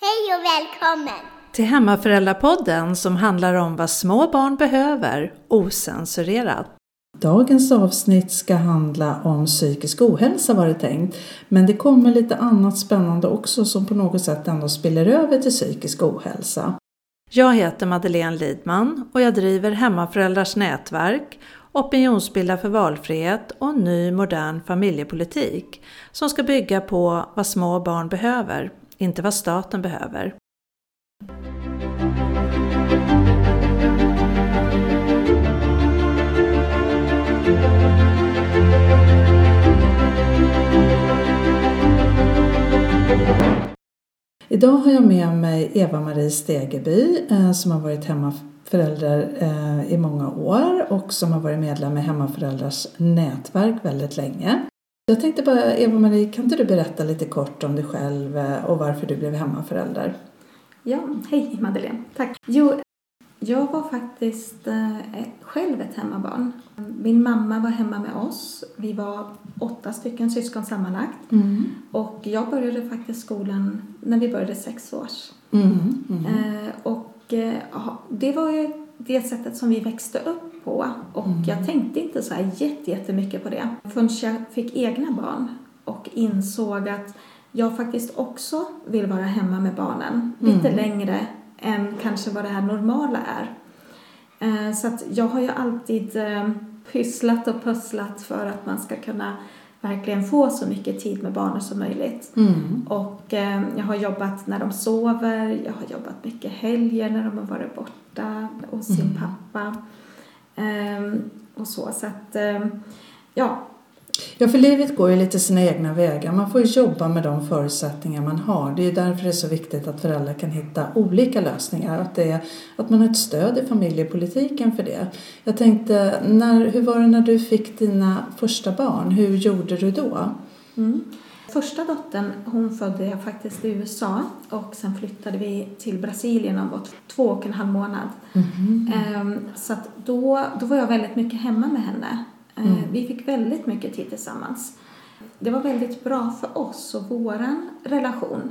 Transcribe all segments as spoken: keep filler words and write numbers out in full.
Hej och välkommen till Hemmaföräldrapodden som handlar om vad små barn behöver, osensurerat. Dagens avsnitt ska handla om psykisk ohälsa var det tänkt. Men det kommer lite annat spännande också som på något sätt ändå spiller över till psykisk ohälsa. Jag heter Madeleine Lidman och jag driver Hemmaföräldrars nätverk, opinionsbildar för valfrihet och ny modern familjepolitik som ska bygga på vad små barn behöver, inte vad staten behöver. Idag har jag med mig Eva-Marie Stegeby eh, som har varit hemmaförälder eh, i många år och som har varit medlem i Hemmaföräldrars nätverk väldigt länge. Jag tänkte bara, Eva-Marie, kan inte du berätta lite kort om dig själv eh, och varför du blev hemmaförälder? Ja, hej Madeleine, tack. Jo, jag var faktiskt eh, själv ett hemmabarn. Min mamma var hemma med oss. Vi var åtta stycken syskon sammanlagt. Mm. Och jag började faktiskt skolan när vi började sex års. Mm. Mm. Eh, och eh, det var ju det sättet som vi växte upp på. Och mm. jag tänkte inte så här jätte, jättemycket på det. Förrän jag fick egna barn och insåg att jag faktiskt också vill vara hemma med barnen. Mm. Lite längre än kanske vad det här normala är. Eh, så att jag har ju alltid eh, pysslat och pusslat för att man ska kunna verkligen få så mycket tid med barnen som möjligt. Mm. Och eh, jag har jobbat när de sover, jag har jobbat mycket helger när de har varit borta hos sin mm. pappa. Eh, och så, så att eh, ja. Ja, för livet går ju lite sina egna vägar. Man får ju jobba med de förutsättningar man har. Det är därför det är så viktigt att föräldrar kan hitta olika lösningar. Att, det är, att man har ett stöd i familjepolitiken för det. Jag tänkte, när, hur var det när du fick dina första barn? Hur gjorde du då? Mm. Första dottern, hon födde jag faktiskt i U S A. Och sen flyttade vi till Brasilien om var två och en halv månad. Mm. Um, så att då, då var jag väldigt mycket hemma med henne. Mm. Vi fick väldigt mycket tid tillsammans. Det var väldigt bra för oss och våran relation.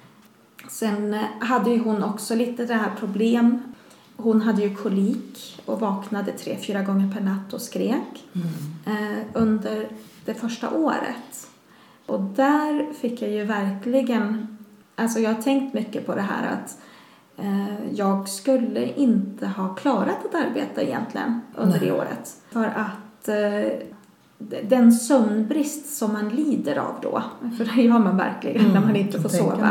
Sen hade ju hon också lite det här problem. Hon hade ju kolik och vaknade tre, fyra gånger per natt och skrek. Mm. Under det första året. Och där fick jag ju verkligen, alltså jag har tänkt mycket på det här att jag skulle inte ha klarat att arbeta egentligen under Nej. det året. För att den sömnbrist som man lider av då, för det gör man verkligen mm, när man inte får sova.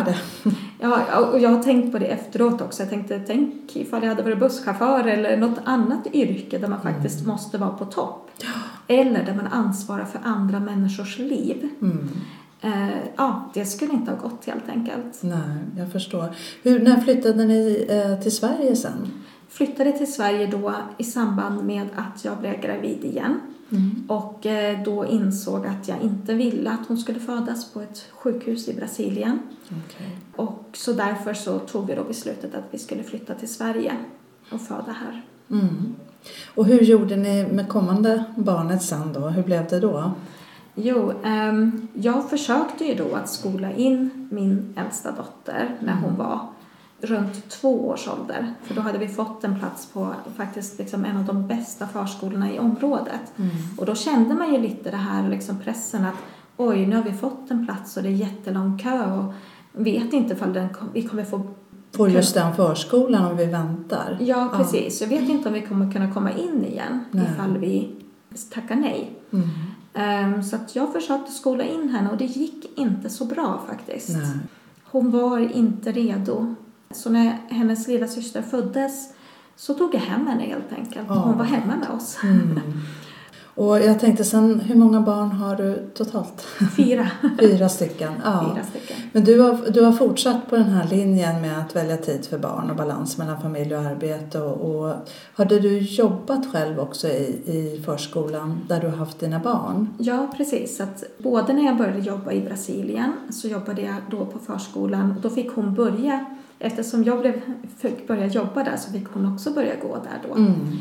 Ja, och jag har tänkt på det efteråt också. Jag tänkte, tänk ifall jag hade varit busschaufför eller något annat yrke där man mm. faktiskt måste vara på topp. Eller där man ansvarar för andra människors liv. Mm. Uh, ja, det skulle inte ha gått helt enkelt. Nej, jag förstår. Hur, när flyttade ni uh, till Sverige sen? Flyttade till Sverige då i samband med att jag blev gravid igen. Mm. Och uh, då insåg att jag inte ville att hon skulle födas på ett sjukhus i Brasilien. Okay. Och så därför så tog vi då beslutet att vi skulle flytta till Sverige och föda här. Mm. Och hur gjorde ni med kommande barnet sen då? Hur blev det då? Jo, um, jag försökte ju då att skola in min äldsta dotter när hon mm. var runt två års ålder. För då hade vi fått en plats på faktiskt liksom en av de bästa förskolorna i området. Mm. Och då kände man ju lite det här liksom pressen att oj, nu har vi fått en plats och det är jättelång kö och vet inte ifall den, vi kommer få... På just den förskolan om vi väntar. Ja, precis. Ja. Jag vet inte om vi kommer kunna komma in igen nej. ifall vi tackar nej. Mm. Um, så att jag försökte skola in henne och det gick inte så bra faktiskt. Nej. Hon var inte redo. Så när hennes lilla syster föddes så tog jag hem henne helt enkelt. Oh. Hon var hemma med oss. Mm. Och jag tänkte sen, hur många barn har du totalt? Fyra. Fyra stycken. Ja. Fyra stycken. Men du har, du har fortsatt på den här linjen med att välja tid för barn och balans mellan familj och arbete. Och, och hade du jobbat själv också i, i förskolan där du har haft dina barn? Ja, precis. Att både när jag började jobba i Brasilien så jobbade jag då på förskolan. Och då fick hon börja, eftersom jag blev, fick börja jobba där så fick hon också börja gå där då.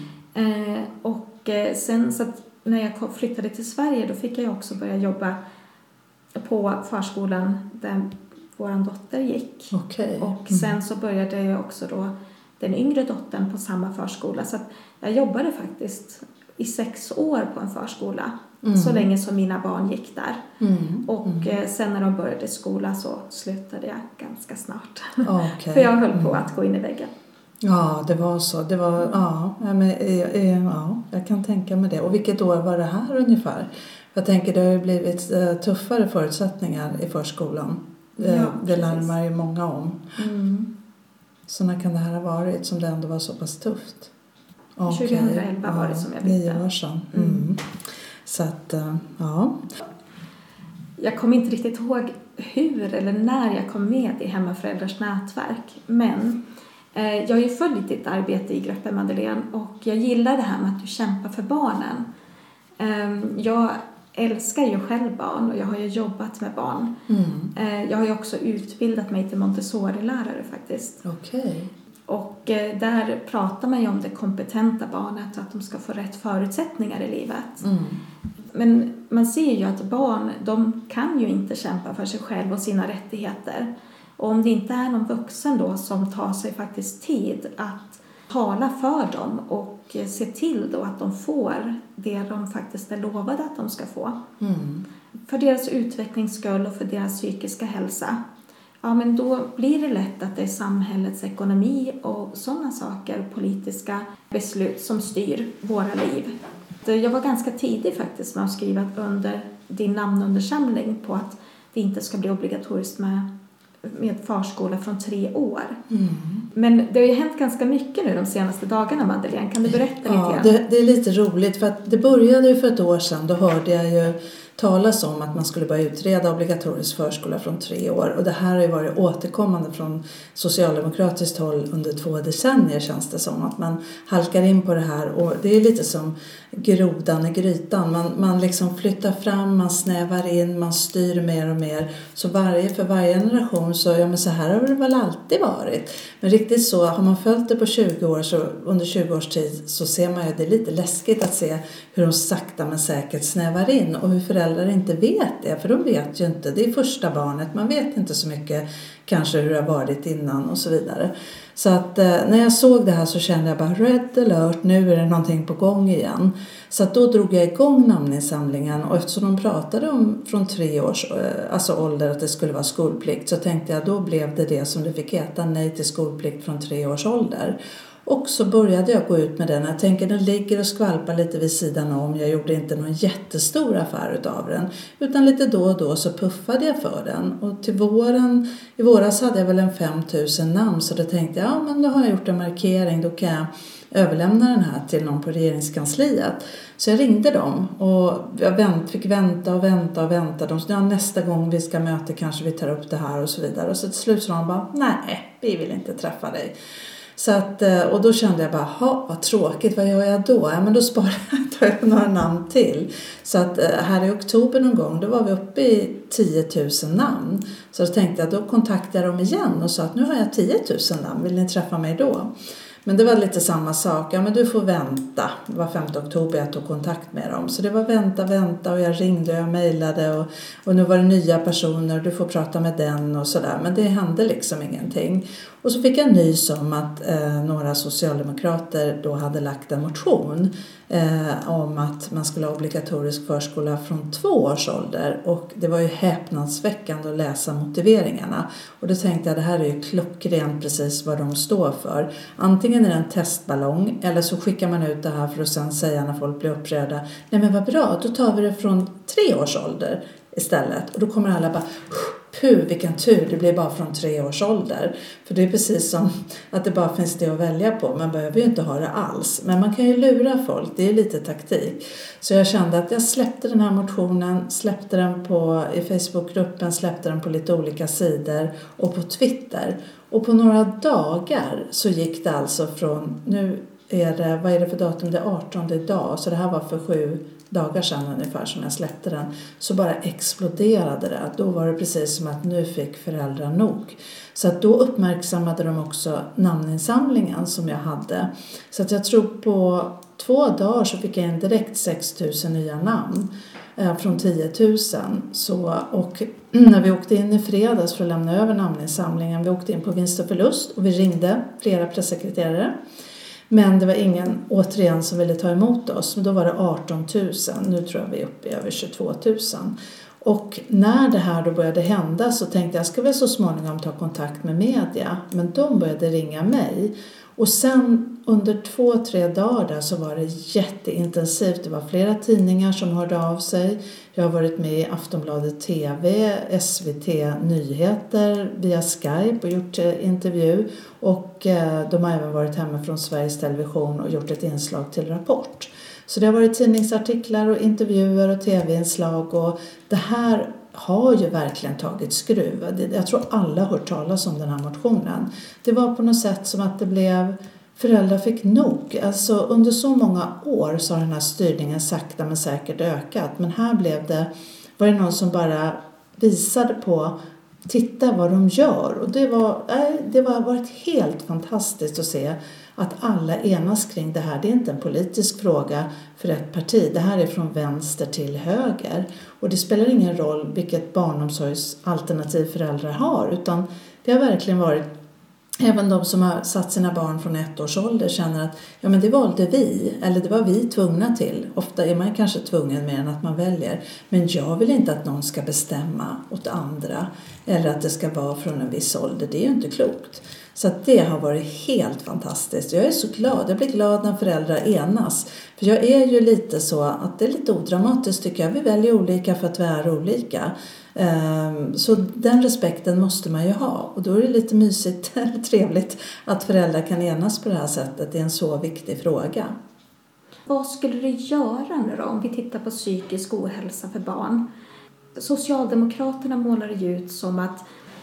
Mm. Eh, och sen så att när jag flyttade till Sverige då fick jag också börja jobba på förskolan där våran dotter gick. Okay. Och sen så började jag också då den yngre dottern på samma förskola. Så att jag jobbade faktiskt i sex år på en förskola. Mm. Så länge som mina barn gick där. Mm. Och mm. sen när de började skola så slutade jag ganska snart. Okay. För jag höll på mm. att gå in i väggen. Ja, det var så. Det var, ja, men, ja, jag kan tänka mig det. Och vilket år var det här ungefär? Jag tänker det har ju blivit tuffare förutsättningar i förskolan. Det, ja, det larmar ju många om. Mm. Så när kan det här ha varit som det ändå var så pass tufft? Okay. tjugohundraelva var det som jag bytte. Nio år sedan. Mm. Mm. Så att, ja. Jag kommer inte riktigt ihåg hur eller när jag kom med i Hemmaföräldrars nätverk. Men eh, jag har ju följt ditt arbete i gruppen, Madeleine. Och jag gillar det här med att du kämpar för barnen. Eh, jag älskar ju själv barn och jag har ju jobbat med barn. Mm. Eh, jag har ju också utbildat mig till Montessori-lärare faktiskt. Okej. Okay. Och eh, där pratar man ju om det kompetenta barnet och att de ska få rätt förutsättningar i livet. Mm. Men man ser ju att barn, de kan ju inte kämpa för sig själv och sina rättigheter. Och om det inte är någon vuxen då som tar sig faktiskt tid att tala för dem och se till då att de får det de faktiskt är lovade att de ska få. Mm. För deras utvecklingsskull och för deras psykiska hälsa. Ja, men då blir det lätt att det är samhällets ekonomi och sådana saker, politiska beslut som styr våra liv. Jag var ganska tidig faktiskt med att skriva under din namnundersamling på att det inte ska bli obligatoriskt med, med förskola från tre år. Mm. Men det har ju hänt ganska mycket nu de senaste dagarna, Madeleine. Kan du berätta lite ja, grann? Det, det är lite roligt för att det började ju för ett år sedan. Då hörde jag ju talas om att man skulle börja utreda obligatorisk förskola från tre år. Och det här har ju varit återkommande från socialdemokratiskt håll under två decennier, känns det som. Att man halkar in på det här och det är lite som grodan i grytan. Man, man liksom flyttar fram, man snävar in, man styr mer och mer. Så varje, för varje generation så, ja men så här har det väl alltid varit. Men riktigt så, har man följt det på tjugo år så under tjugo års tid så ser man ju, det är lite läskigt att se hur de sakta men säkert snävar in och hur föräldrar inte vet det, för de vet ju inte, det är första barnet, man vet inte så mycket kanske hur det har varit innan och så vidare. Så att eh, när jag såg det här så kände jag bara red alert, nu är det någonting på gång igen. Så att då drog jag igång namninsamlingen och eftersom de pratade om från tre års eh, alltså ålder att det skulle vara skolplikt så tänkte jag då blev det det som det fick heta, nej till skolplikt från tre års ålder. Och så började jag gå ut med den. Jag tänker den ligger och skvalpar lite vid sidan om. Jag gjorde inte någon jättestor affär utav den. Utan lite då och då så puffade jag för den. Och till våren, i våras hade jag väl en fem tusen namn. Så då tänkte jag, ja men då har jag gjort en markering. Då kan jag överlämna den här till någon på regeringskansliet. Så jag ringde dem. Och jag vänt, fick vänta och vänta och vänta. De sa, ja, nästa gång vi ska möta kanske vi tar upp det här och så vidare. Och så till slut sa de bara, nej vi vill inte träffa dig. Så att, och då kände jag bara, vad tråkigt, vad gör jag då? Ja, men då sparar jag några namn till. Så att här i oktober någon gång, då var vi uppe i tio tusen namn. Så då tänkte jag, då kontaktade jag dem igen och sa att nu har jag tio tusen namn, vill ni träffa mig då? Men det var lite samma sak, ja men du får vänta. Det var femte oktober jag tog kontakt med dem. Så det var vänta, vänta och jag ringde och jag mejlade och, och nu var det nya personer och du får prata med den och sådär. Men det hände liksom ingenting. Och så fick jag nys om att eh, några socialdemokrater då hade lagt en motion eh, om att man skulle ha obligatorisk förskola från två års ålder. Och det var ju häpnadsväckande att läsa motiveringarna. Och då tänkte jag, det här är ju klockrent precis vad de står för. Antingen är det en testballong eller så skickar man ut det här för att sen säga när folk blir upprörda, nej men vad bra, då tar vi det från tre års ålder istället. Och då kommer alla bara, puh vilken tur, det blir bara från tre års ålder. För det är precis som att det bara finns det att välja på. Man behöver ju inte ha det alls. Men man kan ju lura folk, det är lite taktik. Så jag kände att jag släppte den här motionen, släppte den på, i Facebookgruppen, släppte den på lite olika sidor och på Twitter. Och på några dagar så gick det alltså från, nu är det, vad är det för datum, det är artonde idag. Så det här var för sju dagar sedan ungefär som jag släppte den. Så bara exploderade det. Då var det precis som att nu fick föräldrar nog. Så att då uppmärksammade de också namninsamlingen som jag hade. Så att jag tror på två dagar så fick jag en direkt sex tusen nya namn. eh, från tio tusen. Så, och när vi åkte in i fredags för att lämna över namninsamlingen, vi åkte in på vinst och förlust och vi ringde flera pressekreterare. Men det var ingen återigen som ville ta emot oss. Men då var det arton tusen. Nu tror jag vi är uppe i över tjugotvå tusen. Och när det här då började hända så tänkte jag ska väl så småningom ta kontakt med media. Men de började ringa mig. Och sen under två, tre dagar där så var det jätteintensivt. Det var flera tidningar som hörde av sig. Jag har varit med i Aftonbladet T V, S V T Nyheter via Skype och gjort intervju. Och de har även varit hemma från Sveriges Television och gjort ett inslag till Rapport. Så det har varit tidningsartiklar och intervjuer och tv-inslag och det här har ju verkligen tagit skruv. Jag tror alla har hört talas om den här motionen. Det var på något sätt som att det blev, föräldrar fick nog. Alltså under så många år så har den här styrningen sakta men säkert ökat. Men här blev det, var det någon som bara visade på, titta vad de gör. Och det var, det var varit helt fantastiskt att se att alla enas kring det här. Det är inte en politisk fråga för ett parti. Det här är från vänster till höger. Och det spelar ingen roll vilket barnomsorgsalternativ föräldrar har. Utan det har verkligen varit, även de som har satt sina barn från ett års ålder känner att ja, men det valde vi. Eller det var vi tvungna till. Ofta är man kanske tvungen mer än att man väljer. Men jag vill inte att någon ska bestämma åt andra. Eller att det ska vara från en viss ålder. Det är ju inte klokt. Så att det har varit helt fantastiskt. Jag är så glad. Jag blir glad när föräldrar enas. För jag är ju lite så att det är lite odramatiskt tycker jag. Vi väljer olika för att vi är olika. Så den respekten måste man ju ha. Och då är det lite mysigt eller trevligt att föräldrar kan enas på det här sättet. Det är en så viktig fråga. Vad skulle du göra nu då om vi tittar på psykisk ohälsa för barn? Socialdemokraterna målar ju ut som att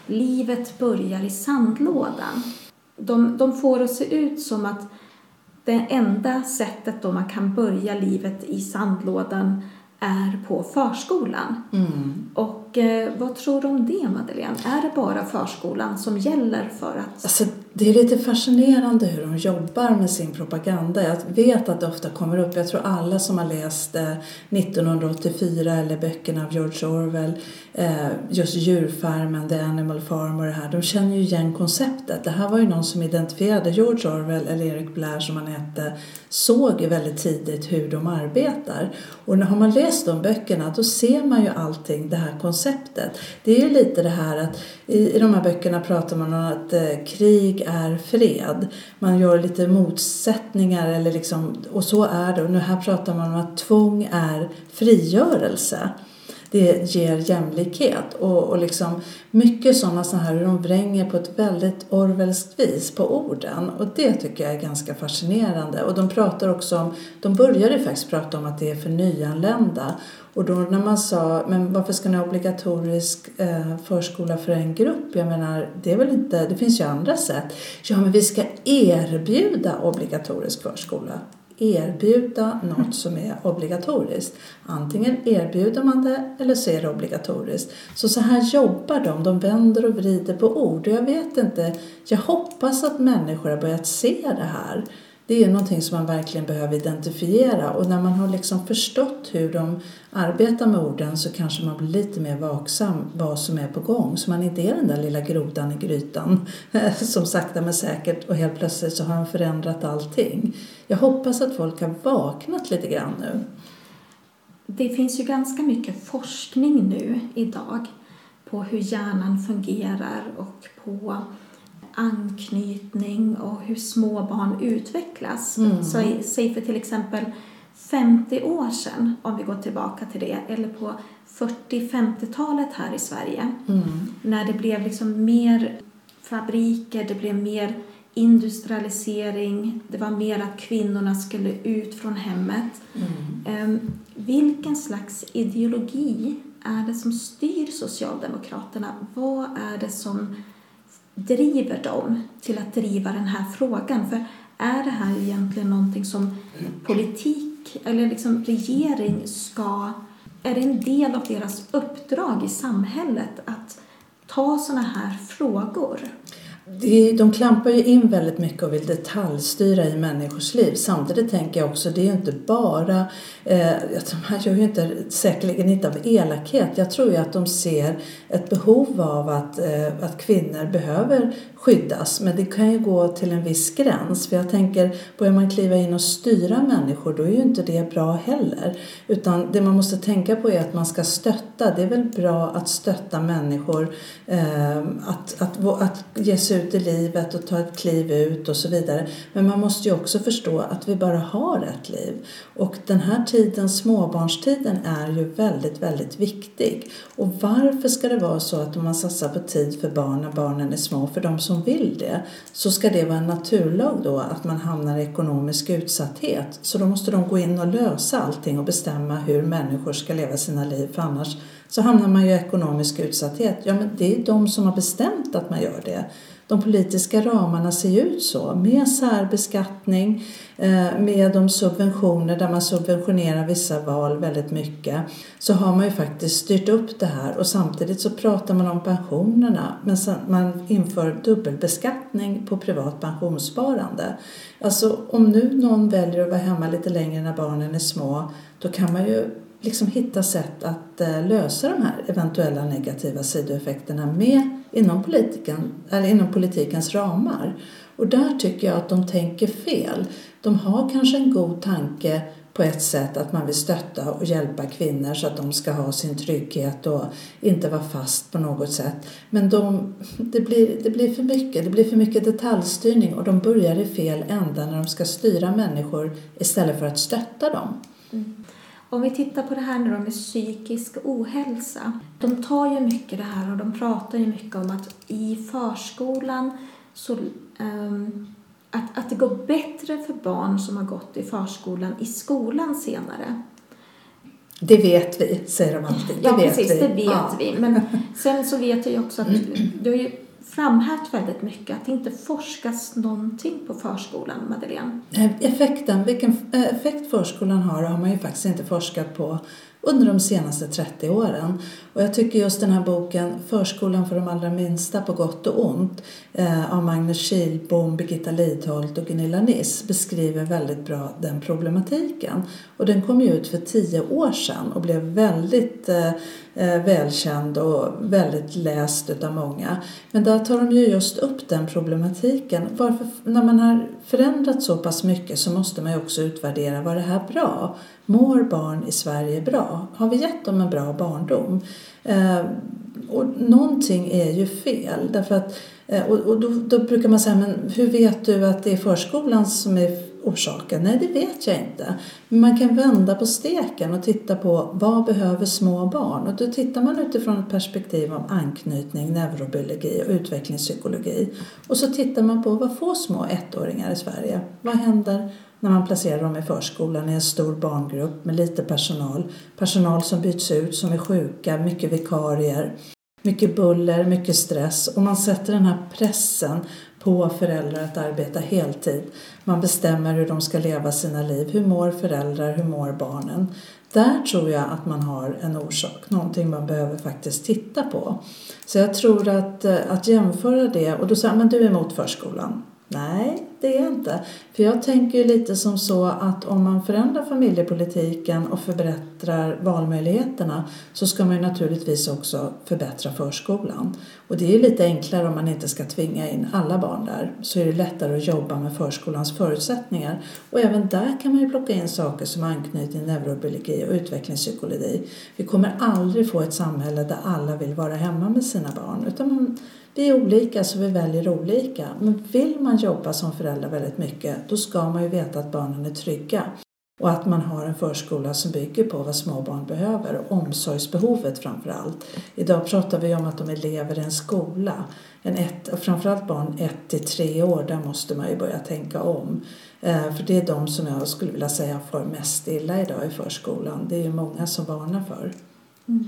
livet börjar i sandlådan. De, de får det att se ut som att det enda sättet då man kan börja livet i sandlådan är på förskolan. Mm. Och eh, vad tror du om det, Madeleine? Är det bara förskolan som gäller för att... Alltså, det är lite fascinerande hur de jobbar med sin propaganda. Jag vet att det ofta kommer upp. Jag tror alla som har läst eh, nittonhundraåttiofyra eller böckerna av George Orwell, eh, just Djurfarmen, The Animal Farm och det här, de känner ju igen konceptet. Det här var ju någon som identifierade George Orwell eller Eric Blair som han hette, såg ju väldigt tidigt hur de arbetar. Och när man läst de böckerna då ser man ju allting, det här konceptet. Det är ju lite det här att i, i de här böckerna pratar man om att eh, krig är fred. Man gör lite motsättningar eller liksom, och så är det. Och nu här pratar man om att tvång är frigörelse. Det ger jämlikhet och, och liksom mycket sådana så här hur de vränger på ett väldigt orwellskt vis på orden. Och det tycker jag är ganska fascinerande. Och de pratar också om, de började faktiskt prata om att det är för nyanlända. Och då när man sa, men varför ska ni ha obligatorisk eh, förskola för en grupp? Jag menar, det är väl inte, det finns ju andra sätt. Ja, men vi ska erbjuda obligatorisk förskola. Erbjuda något som är obligatoriskt. Antingen erbjuder man det eller så är det obligatoriskt. Så så här jobbar de. De vänder och vrider på ord. Och jag vet inte, jag hoppas att människor har börjat se det här. Det är någonting som man verkligen behöver identifiera. Och när man har liksom förstått hur de arbetar med orden så kanske man blir lite mer vaksam vad som är på gång. Så man inte är den där lilla grodan i grytan som sakta men säkert och helt plötsligt så har de förändrat allting. Jag hoppas att folk har vaknat lite grann nu. Det finns ju ganska mycket forskning nu idag på hur hjärnan fungerar och på anknytning och hur små barn utvecklas. Mm. Så säg för till exempel femtio år sedan, om vi går tillbaka till det, eller på fyrtio-femtiotalet här i Sverige, mm. när det blev liksom mer fabriker, det blev mer industrialisering, det var mer att kvinnorna skulle ut från hemmet. Mm. Um, vilken slags ideologi är det som styr Socialdemokraterna? Vad är det som driver dem till att driva den här frågan? För är det här egentligen någonting som politik eller liksom regering ska, är det en del av deras uppdrag i samhället att ta såna här frågor? De klampar ju in väldigt mycket och vill detaljstyra i människors liv. Samtidigt tänker jag också, det är ju inte bara, eh, man gör ju inte, säkerligen inte av elakhet. Jag tror ju att de ser ett behov av att, eh, att kvinnor behöver skyddas. Men det kan ju gå till en viss gräns. För jag tänker, börjar man kliva in och styra människor, då är ju inte det bra heller. Utan det man måste tänka på är att man ska stötta. Det är väl bra att stötta människor, eh, att, att, att ge sig ut i livet och ta ett kliv ut och så vidare. Men man måste ju också förstå att vi bara har ett liv. Och den här tiden, småbarnstiden, är ju väldigt, väldigt viktig. Och varför ska det vara så att om man satsar på tid för barn när barnen är små, för de som vill det, så ska det vara en naturlag då att man hamnar i ekonomisk utsatthet. Så då måste de gå in och lösa allting och bestämma hur människor ska leva sina liv, för annars så hamnar man ju i ekonomisk utsatthet. Ja, men det är de som har bestämt att man gör det. De politiska ramarna ser ju ut så, med särbeskattning, med de subventioner där man subventionerar vissa val väldigt mycket, så har man ju faktiskt styrt upp det här. Och samtidigt så pratar man om pensionerna, men man inför dubbelbeskattning på privat pensionssparande. Alltså om nu någon väljer att vara hemma lite längre när barnen är små, då kan man ju liksom hitta sätt att lösa de här eventuella negativa sidoeffekterna med inom politiken, eller inom politikens ramar. Och där tycker jag att de tänker fel. De har kanske en god tanke på ett sätt, att man vill stötta och hjälpa kvinnor så att de ska ha sin trygghet och inte vara fast på något sätt. Men de, det, blir, det blir för mycket, det blir för mycket detaljstyrning, och de börjar i fel ända när de ska styra människor istället för att stötta dem. Mm. Om vi tittar på det här nu med psykisk ohälsa. De tar ju mycket det här, och de pratar ju mycket om att i förskolan så um, att, att det går bättre för barn som har gått i förskolan i skolan senare. Det vet vi, säger de alltid. Det ja, vet precis, vi. det vet ja. vi. Men sen så vet jag ju också att du har ju framhävt väldigt mycket att det inte forskas någonting på förskolan, Madeleine. Effekten, vilken effekt förskolan har har man ju faktiskt inte forskat på under de senaste trettio åren. Och jag tycker just den här boken Förskolan för de allra minsta på gott och ont eh, av Magnus Kihlbom, Birgitta Lidholt och Gunilla Niss beskriver väldigt bra den problematiken. Och den kom ju ut för tio år sedan och blev väldigt eh, välkänd och väldigt läst av många. Men där tar de ju just upp den problematiken. Varför, när man har förändrat så pass mycket, så måste man ju också utvärdera, var det här bra? Mår barn i Sverige bra? Har vi gett dem en bra barndom? Eh, och någonting är ju fel. Därför att, eh, och och då, då brukar man säga, men hur vet du att det är förskolan som är orsaken? Nej, det vet jag inte. Men man kan vända på steken och titta på, vad behöver små barn? Och då tittar man utifrån ett perspektiv om anknytning, neurobiologi och utvecklingspsykologi. Och så tittar man på, vad får små ettåringar i Sverige? Vad händer när man placerar dem i förskolan i en stor barngrupp med lite personal? Personal som byts ut, som är sjuka, mycket vikarier, mycket buller, mycket stress. Och man sätter den här pressen på föräldrar att arbeta heltid. Man bestämmer hur de ska leva sina liv. Hur mår föräldrar, hur mår barnen? Där tror jag att man har en orsak. Någonting man behöver faktiskt titta på. Så jag tror att, att jämföra det. Och då säger man, men du är emot förskolan. Nej, det är jag inte. För jag tänker ju lite som så att om man förändrar familjepolitiken och förbättrar valmöjligheterna, så ska man ju naturligtvis också förbättra förskolan. Och det är ju lite enklare om man inte ska tvinga in alla barn där. Så är det lättare att jobba med förskolans förutsättningar. Och även där kan man ju plocka in saker som anknytning, neurobiologi och utvecklingspsykologi. Vi kommer aldrig få ett samhälle där alla vill vara hemma med sina barn. Utan man, vi är olika, så vi väljer olika. Men vill man jobba som förälder väldigt mycket, då ska man ju veta att barnen är trygga. Och att man har en förskola som bygger på vad små barn behöver. Och omsorgsbehovet framför allt. Idag pratar vi om att de elever i en skola. En ett, och framförallt barn ett till tre år, där måste man ju börja tänka om. Eh, för det är de som jag skulle vilja säga får mest illa idag i förskolan. Det är ju många som varnar för. Mm.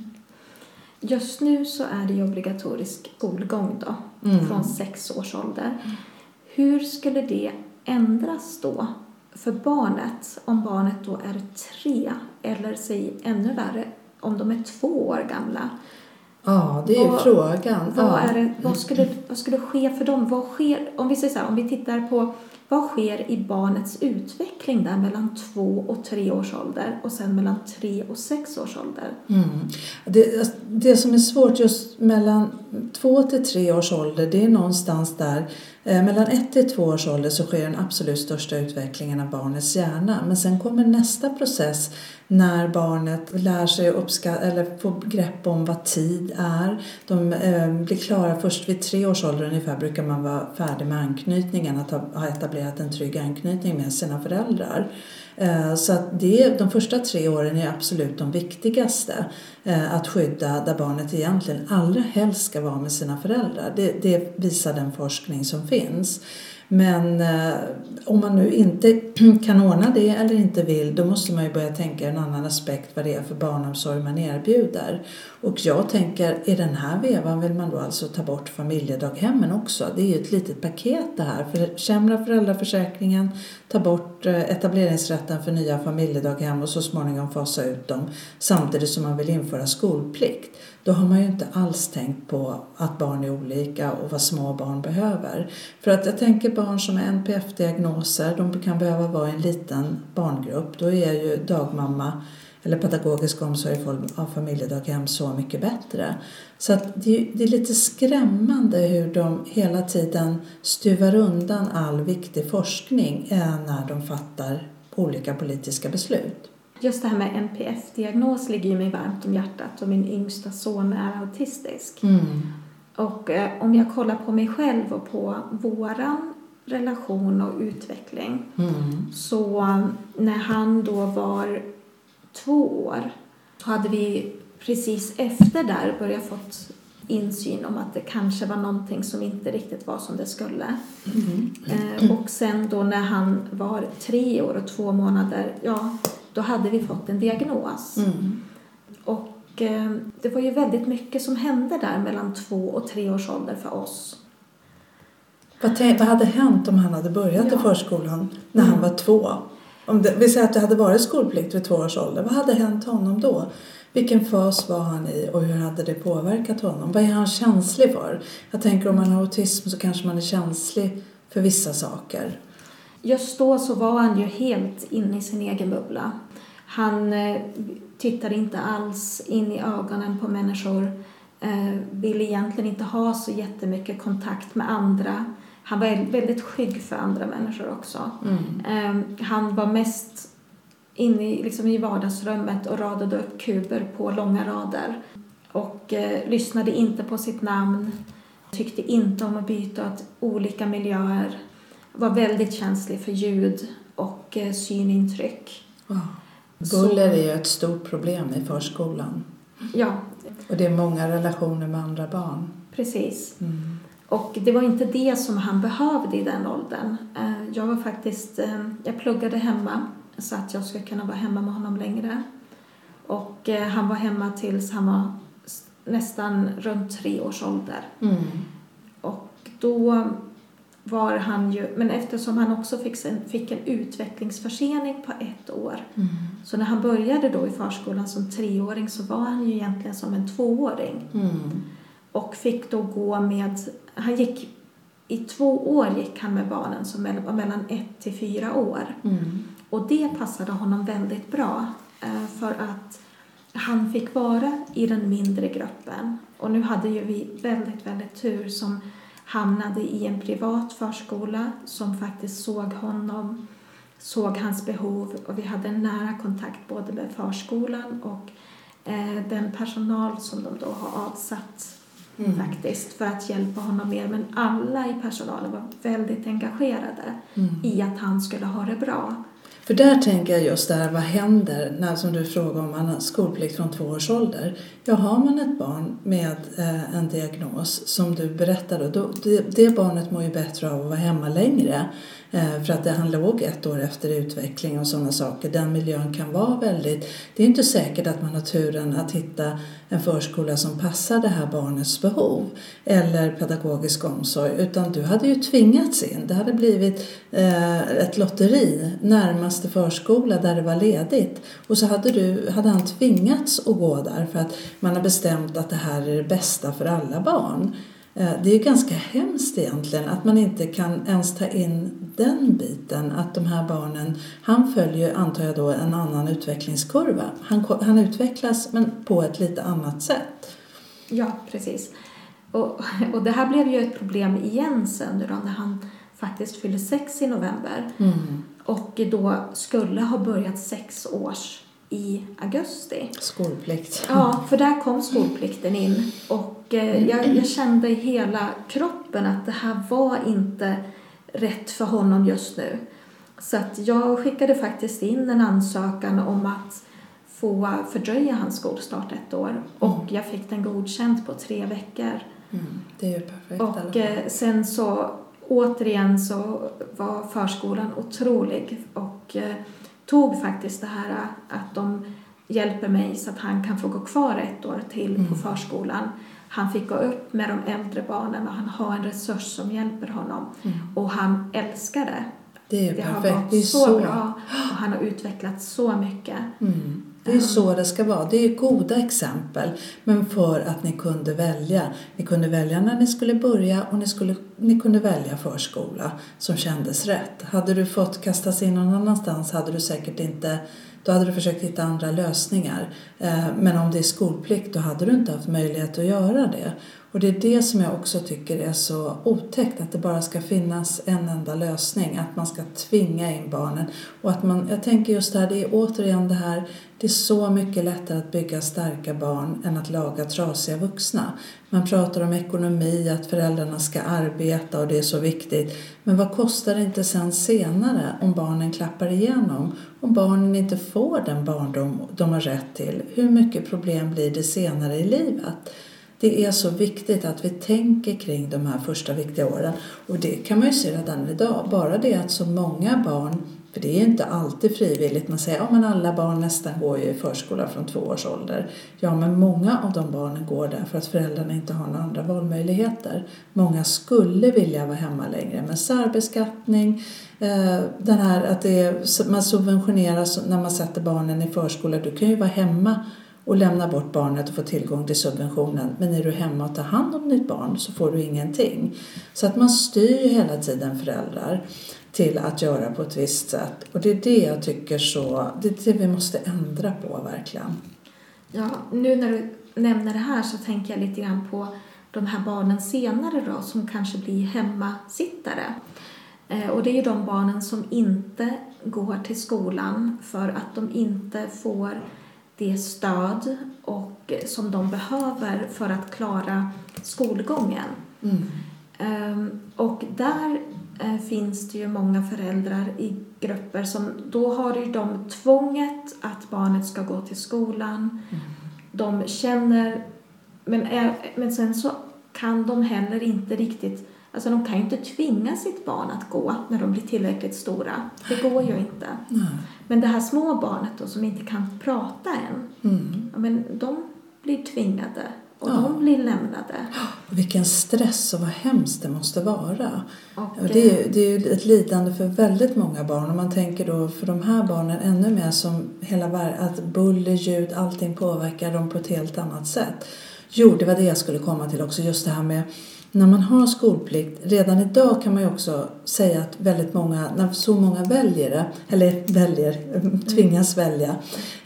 Just nu så är det ju obligatorisk skolgång då, mm. från sex års ålder. Mm. Hur skulle det ändras då för barnet om barnet då är tre, eller säg ännu värre om de är två år gamla? Ja, det är ju vad, frågan. Vad, ja. är det, vad, skulle, vad skulle ske för dem? Vad sker, om vi säger så här, om vi tittar på vad sker i barnets utveckling där mellan två och tre års ålder och sen mellan tre och sex års ålder? Mm. Det, det som är svårt just mellan två till tre års ålder, det är någonstans där. Eh, mellan ett till två års ålder så sker den absolut största utvecklingen av barnets hjärna. Men sen kommer nästa process när barnet lär sig uppskatta eller får grepp om vad tid är. De eh, blir klara först vid tre års ålder ungefär, brukar man vara färdig med anknytningen, att ha, ha etablerat en trygg anknytning med sina föräldrar. Eh, så att det, de första tre åren är absolut de viktigaste eh, att skydda, där barnet egentligen allra helst ska vara med sina föräldrar. Det, det visar den forskning som finns. Men eh, om man nu inte kan ordna det eller inte vill, då måste man ju börja tänka en annan aspekt vad det är för barnomsorg man erbjuder. Och jag tänker, i den här vevan vill man då alltså ta bort familjedaghemmen också. Det är ju ett litet paket det här. För försämra föräldraförsäkringen, ta bort etableringsrätten för nya familjedaghem och så småningom fasa ut dem. Samtidigt som man vill införa skolplikt. Då har man ju inte alls tänkt på att barn är olika och vad små barn behöver. För att jag tänker barn som har N P F-diagnoser, de kan behöva vara i en liten barngrupp. Då är ju dagmamma eller pedagogisk omsorg i form av familjedaghem så mycket bättre. Så att det, det är lite skrämmande hur de hela tiden stuvar undan all viktig forskning när de fattar olika politiska beslut. Just det här med N P F-diagnos ligger ju mig varmt om hjärtat och min yngsta son är autistisk. Mm. Och eh, om jag kollar på mig själv och på våran relation och utveckling. Mm. Så eh, när han då var två år så hade vi precis efter där börjat fått insyn om att det kanske var någonting som inte riktigt var som det skulle. Mm. Eh, och sen då när han var tre år och två månader, ja, då hade vi fått en diagnos. Mm. Och eh, det var ju väldigt mycket som hände där mellan två och tre års ålder för oss. Vad, te- vad hade hänt om han hade börjat ja. i förskolan när mm. han var två? Om det, vi säger att det hade varit skolplikt vid två års ålder. Vad hade hänt honom då? Vilken fas var han i och hur hade det påverkat honom? Vad är han känslig för? Jag tänker om man har autism så kanske man är känslig för vissa saker. Just då så var han ju helt inne i sin egen bubbla. Han eh, tittade inte alls in i ögonen på människor. Eh, ville egentligen inte ha så jättemycket kontakt med andra. Han var väldigt skygg för andra människor också. Mm. Eh, han var mest inne i, liksom i vardagsrummet och radade upp kuber på långa rader. Och eh, lyssnade inte på sitt namn. Tyckte inte om att byta åt olika miljöer. Var väldigt känslig för ljud och eh, synintryck. Wow. Buller är ju ett stort problem i förskolan. Ja. Och det är många relationer med andra barn. Precis. Mm. Och det var inte det som han behövde i den åldern. Jag var faktiskt, jag pluggade hemma så att jag skulle kunna vara hemma med honom längre. Och han var hemma tills han var nästan runt tre års ålder. Mm. Och då var han ju, men eftersom han också fick en, fick en utvecklingsförsening på ett år. Mm. Så när han började då i förskolan som treåring så var han ju egentligen som en tvååring. Mm. Och fick då gå med, han gick, i två år gick han med barnen som var mellan ett till fyra år. Mm. Och det passade honom väldigt bra för att han fick vara i den mindre gruppen. Och nu hade ju vi väldigt, väldigt tur som hamnade i en privat förskola som faktiskt såg honom, såg hans behov. Och vi hade en nära kontakt både med förskolan och eh, den personal som de då har avsatt mm. faktiskt för att hjälpa honom mer. Men alla i personalen var väldigt engagerade mm. i att han skulle ha det bra. För där tänker jag just där, vad händer när, som du frågar om man har skolplikt från två års ålder. Ja, har man ett barn med eh, en diagnos som du berättade, då, det, det barnet mår ju bättre av att vara hemma längre För att han låg ett år efter utveckling och sådana saker. Den miljön kan vara väldigt... Det är inte säkert att man har turen att hitta en förskola som passar det här barnets behov. Eller pedagogisk omsorg. Utan du hade ju tvingats in. Det hade blivit eh, ett lotteri närmaste förskola där det var ledigt. Och så hade, du, hade han tvingats att gå där för att man har bestämt att det här är det bästa för alla barn. Det är ju ganska hemskt egentligen att man inte kan ens ta in den biten. Att de här barnen, han följer antar jag då en annan utvecklingskurva. Han, han utvecklas men på ett lite annat sätt. Ja, precis. Och, och det här blev ju ett problem igen sen då när han faktiskt fyllde sex i november. Mm. Och då skulle ha börjat sex års i augusti. Skolplikt. Ja, för där kom skolplikten in. Och eh, jag, jag kände i hela kroppen att det här var inte rätt för honom just nu. Så att jag skickade faktiskt in en ansökan om att få fördröja hans skolstart ett år. Och mm. jag fick den godkänd på tre veckor. Mm, det är ju perfekt. Och eh, sen så återigen så var förskolan otrolig. Och... Eh, tog faktiskt det här att de hjälper mig så att han kan få gå kvar ett år till mm. på förskolan. Han fick gå upp med de äldre barnen och han har en resurs som hjälper honom. Mm. Och han älskar det. Det är det perfekt. har gått det är så, så bra och han har utvecklat så mycket. Mm. Det är så det ska vara. Det är goda exempel. Men för att ni kunde välja. Ni kunde välja när ni skulle börja och ni, skulle, ni kunde välja förskola som kändes rätt. Hade du fått kastas in någon annanstans hade du säkert inte... Då hade du försökt hitta andra lösningar. Men om det är skolplikt då hade du inte haft möjlighet att göra det. Och det är det som jag också tycker är så otäckt. Att det bara ska finnas en enda lösning. Att man ska tvinga in barnen. Och att man, jag tänker just det här, det är återigen det här. Det är så mycket lättare att bygga starka barn än att laga trasiga vuxna. Man pratar om ekonomi, att föräldrarna ska arbeta och det är så viktigt. Men vad kostar det inte sen senare om barnen klappar igenom? Om barnen inte får den barndom de har rätt till. Hur mycket problem blir det senare i livet? Det är så viktigt att vi tänker kring de här första viktiga åren. Och det kan man ju se redan idag. Bara det att så många barn, för det är inte alltid frivilligt. Man säger att ja, alla barn nästan går ju i förskola från två års ålder. Ja, men många av de barnen går där för att föräldrarna inte har några andra valmöjligheter. Många skulle vilja vara hemma längre med särbeskattning. Den här att det är, man subventioneras när man sätter barnen i förskola. Du kan ju vara hemma och lämna bort barnet och få tillgång till subventionen. Men när du är hemma och tar hand om ditt barn så får du ingenting. Så att man styr hela tiden föräldrar till att göra på ett visst sätt. Och det är det jag tycker så, det är det vi måste ändra på verkligen. Ja, nu när du nämner det här så tänker jag lite grann på de här barnen senare då som kanske blir hemmasittare. Eh, och det är ju de barnen som inte går till skolan för att de inte får det stöd och som de behöver för att klara skolgången. Mm. Um, och där uh, finns det ju många föräldrar i grupper som då har ju de tvånget att barnet ska gå till skolan. Mm. De känner, men, är, men sen så kan de heller inte riktigt, alltså de kan ju inte tvinga sitt barn att gå när de blir tillräckligt stora. Det går ju inte. Mm. Men det här små barnet då som inte kan prata än, mm. ja, men de blir tvingade och ja. de blir lämnade. Vilken stress och vad hemskt det måste vara. Och, och det, är, det är ju ett lidande för väldigt många barn. Och man tänker då för de här barnen ännu mer som hela att buller, ljud, allting påverkar dem på ett helt annat sätt. Jo, det var det jag skulle komma till också. Just det här med när man har skolplikt, redan idag kan man ju också säga att väldigt många, när så många väljer det, eller väljer, tvingas välja,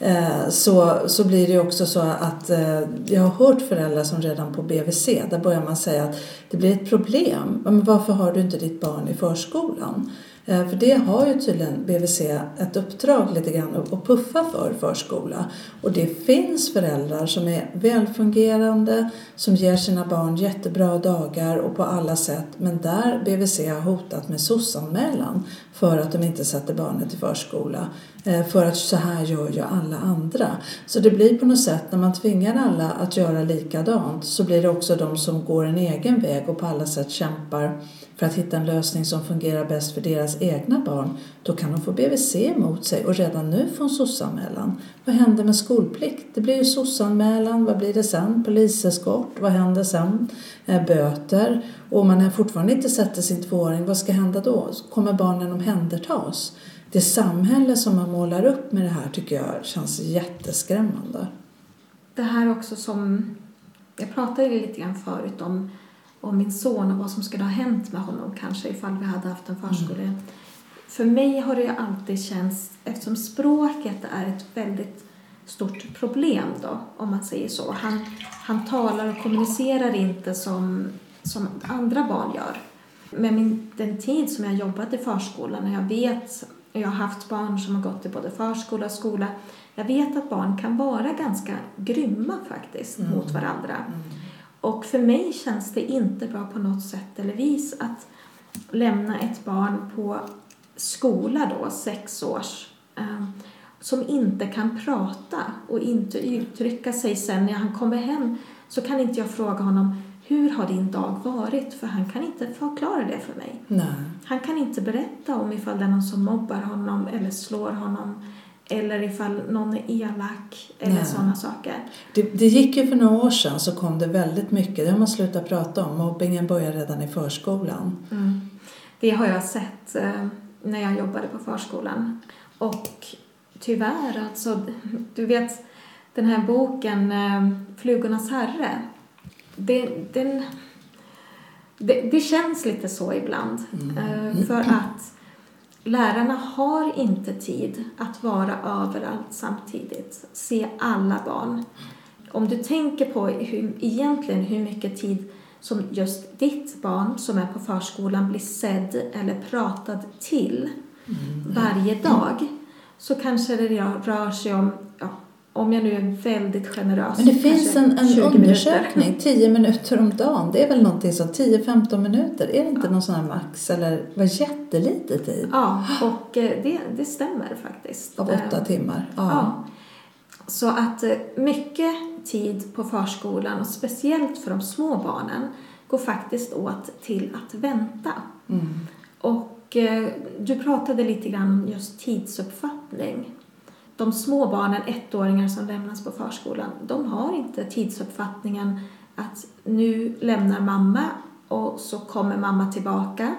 så, så blir det ju också så att jag har hört föräldrar som redan på B V C, där börjar man säga att det blir ett problem. Men varför har du inte ditt barn i förskolan? För det har ju tydligen B V C ett uppdrag lite grann att puffa för förskola. Och det finns föräldrar som är välfungerande, som ger sina barn jättebra dagar och på alla sätt. Men där B V C har hotat med S O S-anmälan för att de inte sätter barnet i förskola. För att så här gör ju alla andra. Så det blir på något sätt, när man tvingar alla att göra likadant, så blir det också de som går en egen väg och på alla sätt kämpar för att hitta en lösning som fungerar bäst för deras deras egna barn, då kan de få B V C emot sig och redan nu få en sossanmälan. Vad händer med skolplikt? Det blir ju sossanmälan, vad blir det sen? Poliseskort, vad händer sen? Eh, böter. Och om man fortfarande inte sätter sin tvååring, vad ska hända då? Kommer barnen omhändertas? Det samhälle som man målar upp med det här tycker jag känns jätteskrämmande. Det här också som, jag pratade lite grann förut om, om min son och vad som skulle ha hänt med honom kanske ifall vi hade haft en förskola. Mm. För mig har det ju alltid känts, eftersom språket är ett väldigt stort problem då, om man säger så. Han, han talar och kommunicerar inte som, som andra barn gör. Med min, den tid som jag jobbat i förskolan, och jag vet, jag har haft barn som har gått i både förskola och skola. Jag vet att barn kan vara ganska grymma faktiskt mm. mot varandra. Mm. Och för mig känns det inte bra på något sätt eller vis att lämna ett barn på skola då, sex års, eh, som inte kan prata och inte uttrycka sig sen när han kommer hem. Så kan inte jag fråga honom, hur har din dag varit? För han kan inte förklara det för mig. Nej. Han kan inte berätta om ifall det är någon som mobbar honom eller slår honom. Eller ifall någon är elak eller Nej. sådana saker. Det, det gick ju för några år sedan så kom det väldigt mycket. Det har man slutat prata om. Mobbingen börjar redan i förskolan. Mm. Det har jag sett eh, när jag jobbade på förskolan. Och tyvärr, alltså, du vet den här boken eh, Flugornas herre. Det, den, det, det känns lite så ibland. Mm. Eh, för att lärarna har inte tid att vara överallt samtidigt. Se alla barn. Om du tänker på hur, egentligen hur mycket tid som just ditt barn som är på förskolan blir sedd eller pratad till mm. varje dag. Så kanske det rör sig om, ja, om jag nu är väldigt generös. Men det finns en, en undersökning, tio minuter om dagen. Det är väl någonting som tio till femton minuter. Är det inte ja. någon sån här max eller vad jättelite tid? Ja, och det, det stämmer faktiskt. Av åtta timmar. Ja. ja. Så att mycket tid på förskolan och speciellt för de små barnen går faktiskt åt till att vänta. Mm. Och du pratade lite grann om just tidsuppfattning. De små barnen, ettåringar som lämnas på förskolan, de har inte tidsuppfattningen att nu lämnar mamma och så kommer mamma tillbaka.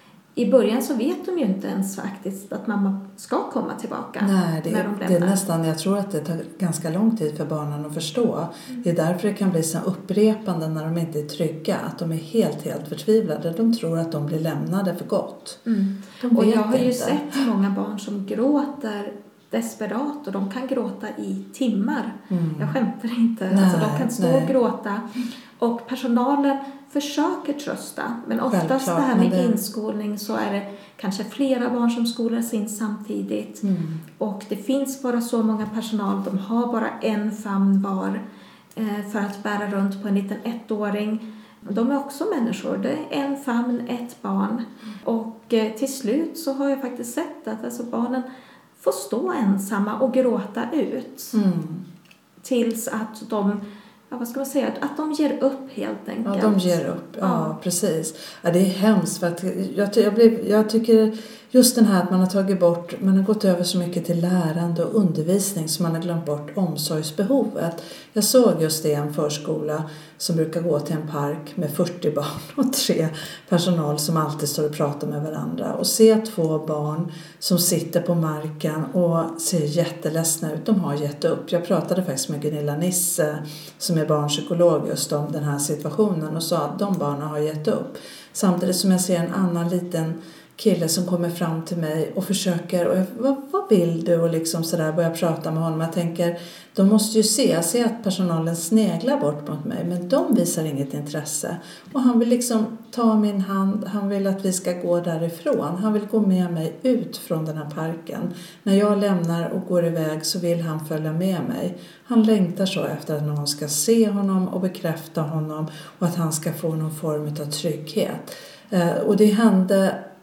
I början så vet de ju inte ens faktiskt att mamma ska komma tillbaka. Nej, det, när de lämnar. Det är nästan, jag tror att det tar ganska lång tid för barnen att förstå. Mm. Det är därför det kan bli så upprepande när de inte är trygga. Att de är helt, helt förtvivlade. De tror att de blir lämnade för gott. Mm. Och jag har ju inte. sett många barn som gråter desperat och de kan gråta i timmar. Mm. Jag skämtar inte. Nej, alltså, de kan stå nej. och gråta. Och personalen försöker trösta. Men oftast Självklart, det här med det... inskolning så är det kanske flera barn som skolas in samtidigt. Mm. Och det finns bara så många personal. De har bara en famn var eh, för att bära runt på en liten ettåring. De är också människor. Det är en famn, ett barn. Och eh, till slut så har jag faktiskt sett att alltså, barnen får stå ensamma och gråta ut. Mm. Tills att de... Ja, vad ska man säga? Att de ger upp helt enkelt. Ja, de ger upp. Ja, ja. precis. Ja, det är hemskt. För att jag, jag, blev, jag tycker just den här att man har tagit bort, man har gått över så mycket till lärande och undervisning så man har glömt bort omsorgsbehovet. Jag såg just det i en förskola som brukar gå till en park med fyrtio barn och tre personal som alltid står och pratar med varandra. Och se två barn som sitter på marken och ser jätteledsna ut. De har gett upp. Jag pratade faktiskt med Gunilla Nisse som är barnpsykolog just om den här situationen och sa att de barnen har gett upp. Samtidigt som jag ser en annan liten kille som kommer fram till mig och försöker, och jag, vad, vad vill du? Och liksom sådär börjar prata med honom. Jag tänker, de måste ju se, jag ser att personalen sneglar bort mot mig, men de visar inget intresse. Och han vill liksom ta min hand, han vill att vi ska gå därifrån. Han vill gå med mig ut från den här parken. När jag lämnar och går iväg så vill han följa med mig. Han längtar så efter att någon ska se honom och bekräfta honom och att han ska få någon form av trygghet. Eh, och det hände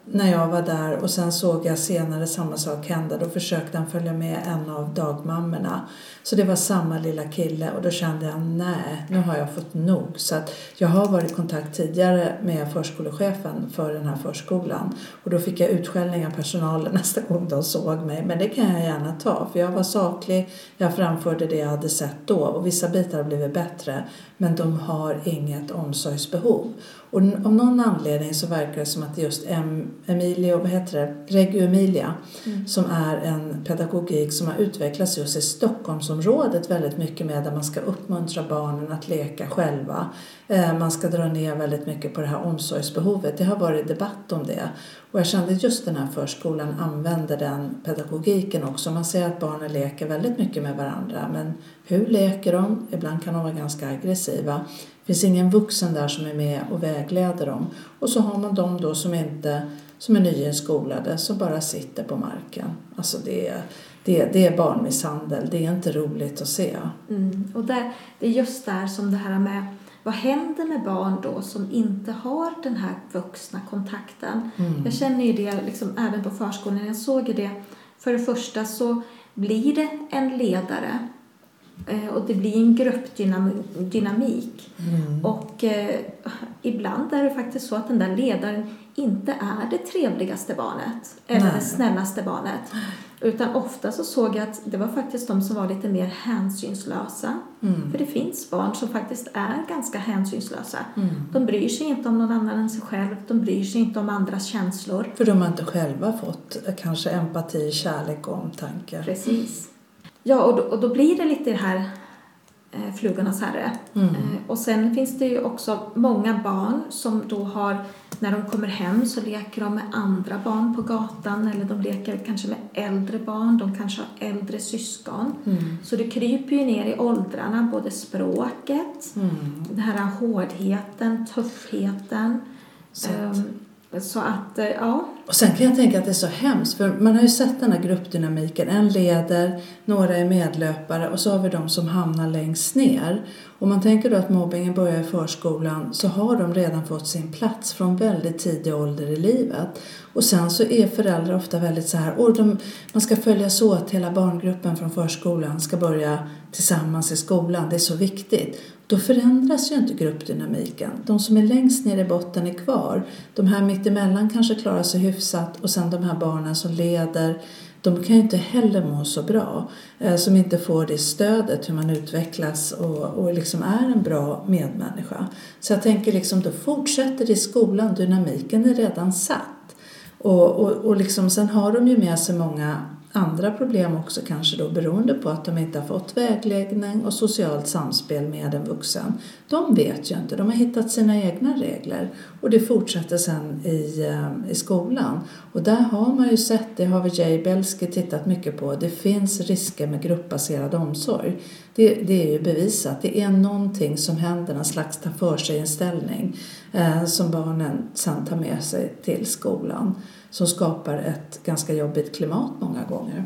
när jag var där och sen såg jag senare samma sak hända. Då försökte han följa med en av dagmammorna. Så det var samma lilla kille och då kände jag nej, nu har jag fått nog. Så att jag har varit i kontakt tidigare med förskolechefen för den här förskolan. Och då fick jag utskällning av personalen nästa gång de såg mig. Men det kan jag gärna ta för jag var saklig. Jag framförde det jag hade sett då och vissa bitar har blivit bättre. Men de har inget omsorgsbehov. Och av någon anledning så verkar det som att just Emilio, vad heter det? Reggio Emilia, mm. som är en pedagogik som har utvecklats just i Stockholmsområdet väldigt mycket med där man ska uppmuntra barnen att leka själva. Eh, man ska dra ner väldigt mycket på det här omsorgsbehovet. Det har varit debatt om det. Och jag kände att just den här förskolan använder den pedagogiken också. Man ser att barnen leker väldigt mycket med varandra. Men hur leker de? Ibland kan de vara ganska aggressiva. Det finns ingen vuxen där som är med och vägleder dem. Och så har man de då som inte som är nyinskolade som bara sitter på marken. Alltså det är, det, det är barnmisshandel. Det är inte roligt att se. Mm. Och där, det är just där som det här med vad händer med barn då som inte har den här vuxna kontakten. Mm. Jag känner ju det liksom, även på förskolan. Jag såg det. För det första så blir det en ledare. Och det blir en gruppdynamik. Mm. Och eh, ibland är det faktiskt så att den där ledaren inte är det trevligaste barnet. Eller Nej. det snällaste barnet. Utan ofta så såg jag att det var faktiskt de som var lite mer hänsynslösa. Mm. För det finns barn som faktiskt är ganska hänsynslösa. Mm. De bryr sig inte om någon annan än sig själv. De bryr sig inte om andras känslor. För de har inte själva fått kanske empati, kärlek och omtanke. Precis. Ja, och då, och då blir det lite det här eh, flugornas herre. Mm. Eh, och sen finns det ju också många barn som då har, när de kommer hem så leker de med andra barn på gatan. Eller de leker kanske med äldre barn, de kanske har äldre syskon. Mm. Så det kryper ju ner i åldrarna, både språket, mm. den här hårdheten, tuffheten. Så. Um, Så att, ja. Och sen kan jag tänka att det är så hemskt. För man har ju sett den här gruppdynamiken. En leder, några är medlöpare och så har vi de som hamnar längst ner. Och man tänker då att mobbingen börjar i förskolan så har de redan fått sin plats från väldigt tidig ålder i livet. Och sen så är föräldrar ofta väldigt så här, och de, man ska följas åt, hela barngruppen från förskolan ska börja tillsammans i skolan. Det är så viktigt. Då förändras ju inte gruppdynamiken. De som är längst ner i botten är kvar. De här mittemellan kanske klarar sig hyfsat och sen de här barnen som leder, de kan ju inte heller må så bra. Eh, som inte får det stödet hur man utvecklas och, och liksom är en bra medmänniska. Så jag tänker liksom då fortsätter det i skolan, dynamiken är redan satt. Och, och, och liksom, sen har de ju med sig många andra problem också kanske då beroende på att de inte har fått vägledning och socialt samspel med en vuxen. De vet ju inte, de har hittat sina egna regler och det fortsätter sen i, i skolan. Och där har man ju sett, det har vi Jay Belsky tittat mycket på, det finns risker med gruppbaserad omsorg. Det, det är ju bevisat, det är någonting som händer, en slags ta för sig inställning eh, som barnen sen tar med sig till skolan. Som skapar ett ganska jobbigt klimat många gånger.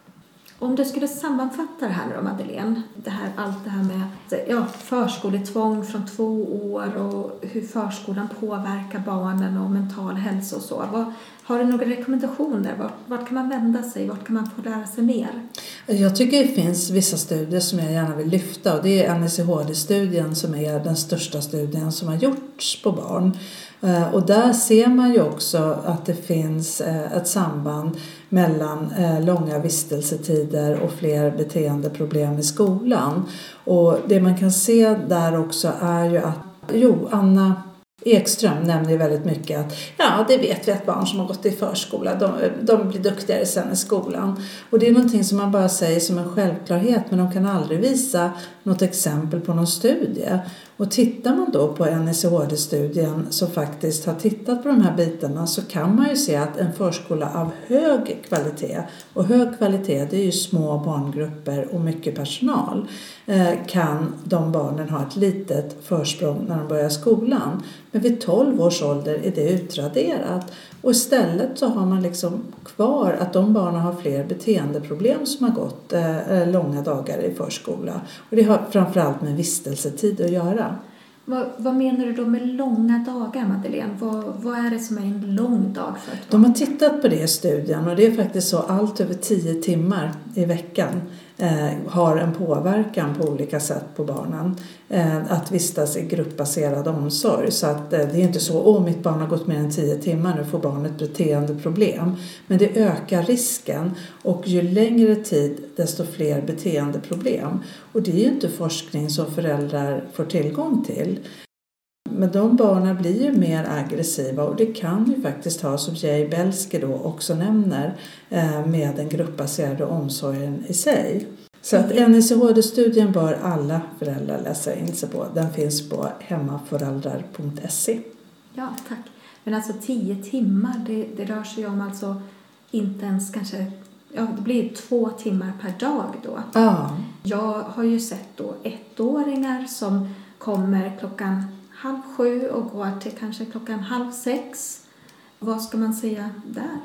Om du skulle sammanfatta det här då, Madeleine, det här, allt det här med ja, förskoletvång från två år och hur förskolan påverkar barnen och mental hälsa och så. Vad, har du några rekommendationer? Vart, vart kan man vända sig? Vart kan man få lära sig mer? Jag tycker det finns vissa studier som jag gärna vill lyfta. Och det är N S C H D-studien som är den största studien som har gjorts på barn. Och där ser man ju också att det finns ett samband mellan långa vistelsetider och fler beteendeproblem i skolan. Och det man kan se där också är ju att, jo, Anna Ekström nämner ju väldigt mycket att ja, det vet vi att barn som har gått i förskola, de, de blir duktigare sen i skolan. Och det är någonting som man bara säger som en självklarhet, men de kan aldrig visa något exempel på någon studie. Och tittar man då på N S C H D-studien som faktiskt har tittat på de här bitarna, så kan man ju se att en förskola av hög kvalitet, och hög kvalitet det är ju små barngrupper och mycket personal, kan de barnen ha ett litet försprång när de börjar skolan. Men vid tolv års ålder är det utraderat. Och istället så har man liksom kvar att de barnen har fler beteendeproblem som har gått eh, långa dagar i förskola. Och det har framförallt med vistelsetid att göra. Vad, vad menar du då med långa dagar, Madeleine? Vad, vad är det som är en lång dag för ett barn? De har tittat på det i studien och det är faktiskt så allt över tio timmar i veckan eh, har en påverkan på olika sätt på barnen. Eh, att vistas i gruppbaserad omsorg. Så att eh, det är inte så, åh mitt barn har gått mer än tio timmar, nu får barnet beteendeproblem. Men det ökar risken och ju längre tid desto fler beteendeproblem. Och det är ju inte forskning som föräldrar får tillgång till. Men de barnen blir ju mer aggressiva och det kan ju faktiskt ha, som Jay Belsky då också nämner, med den gruppbaserade omsorgen i sig. Så att N I C H D-studien bör alla föräldrar läsa in sig på. Den finns på hemmaföräldrar punkt se. Ja, tack. Men alltså tio timmar, det, det rör sig om alltså inte ens kanske, ja det blir två timmar per dag då. Ja. Jag har ju sett då ettåringar som kommer klockan halv sju och går till kanske klockan halv sex. Vad ska man säga där?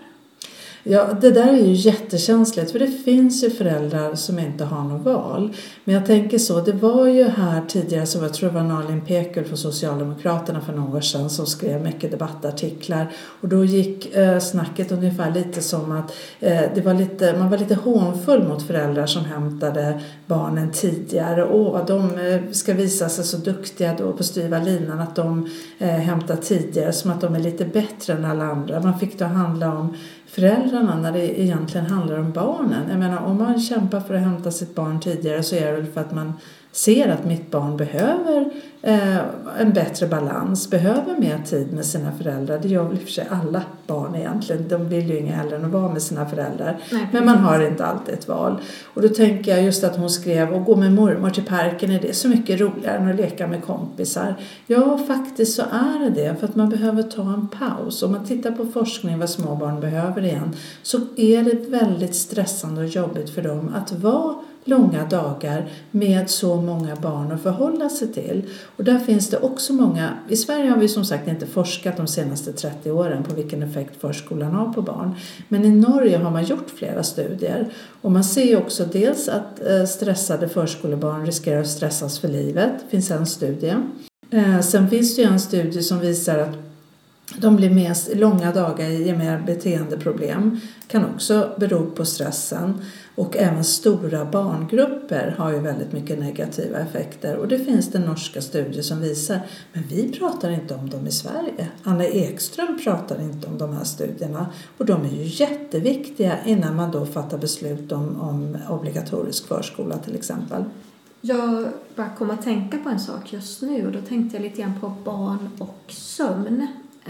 Ja, det där är ju jättekänsligt för det finns ju föräldrar som inte har något val. Men jag tänker så, det var ju här tidigare så jag tror det var Nalin Pekul från Socialdemokraterna för några år sedan som skrev mycket debattartiklar. Och då gick eh, snacket ungefär lite som att eh, det var lite, man var lite hånfull mot föräldrar som hämtade barnen tidigare. Och de eh, ska visa sig så duktiga då på styva linan att de eh, hämtar tidigare som att de är lite bättre än alla andra. Man fick då handla om föräldrarna när det egentligen handlar om barnen. Jag menar, om man kämpar för att hämta sitt barn tidigare så är det väl för att man ser att mitt barn behöver eh, en bättre balans, behöver mer tid med sina föräldrar. Det gör väl i och för sig alla barn egentligen. De vill ju inga hellre än att vara med sina föräldrar. Nej, men man har inte alltid ett val. Och då tänker jag just att hon skrev och gå med mormor till parken, är det så mycket roligare än att leka med kompisar? Ja, faktiskt så är det det. För att man behöver ta en paus. Om man tittar på forskning vad små barn behöver igen så är det väldigt stressande och jobbigt för dem att vara långa dagar med så många barn att förhålla sig till. Och där finns det också många, i Sverige har vi som sagt inte forskat de senaste trettio åren på vilken effekt förskolan har på barn. Men i Norge har man gjort flera studier. Och man ser också dels att stressade förskolebarn riskerar att stressas för livet. Det finns en studie. Sen finns det ju en studie som visar att de blir mest långa dagar i mer beteendeproblem. Kan också bero på stressen. Och även stora barngrupper har ju väldigt mycket negativa effekter. Och det finns det norska studier som visar. Men vi pratar inte om dem i Sverige. Anna Ekström pratar inte om de här studierna. Och de är ju jätteviktiga innan man då fattar beslut om, om obligatorisk förskola till exempel. Jag bara kom att tänka på en sak just nu. Och då tänkte jag lite grann på barn och sömn.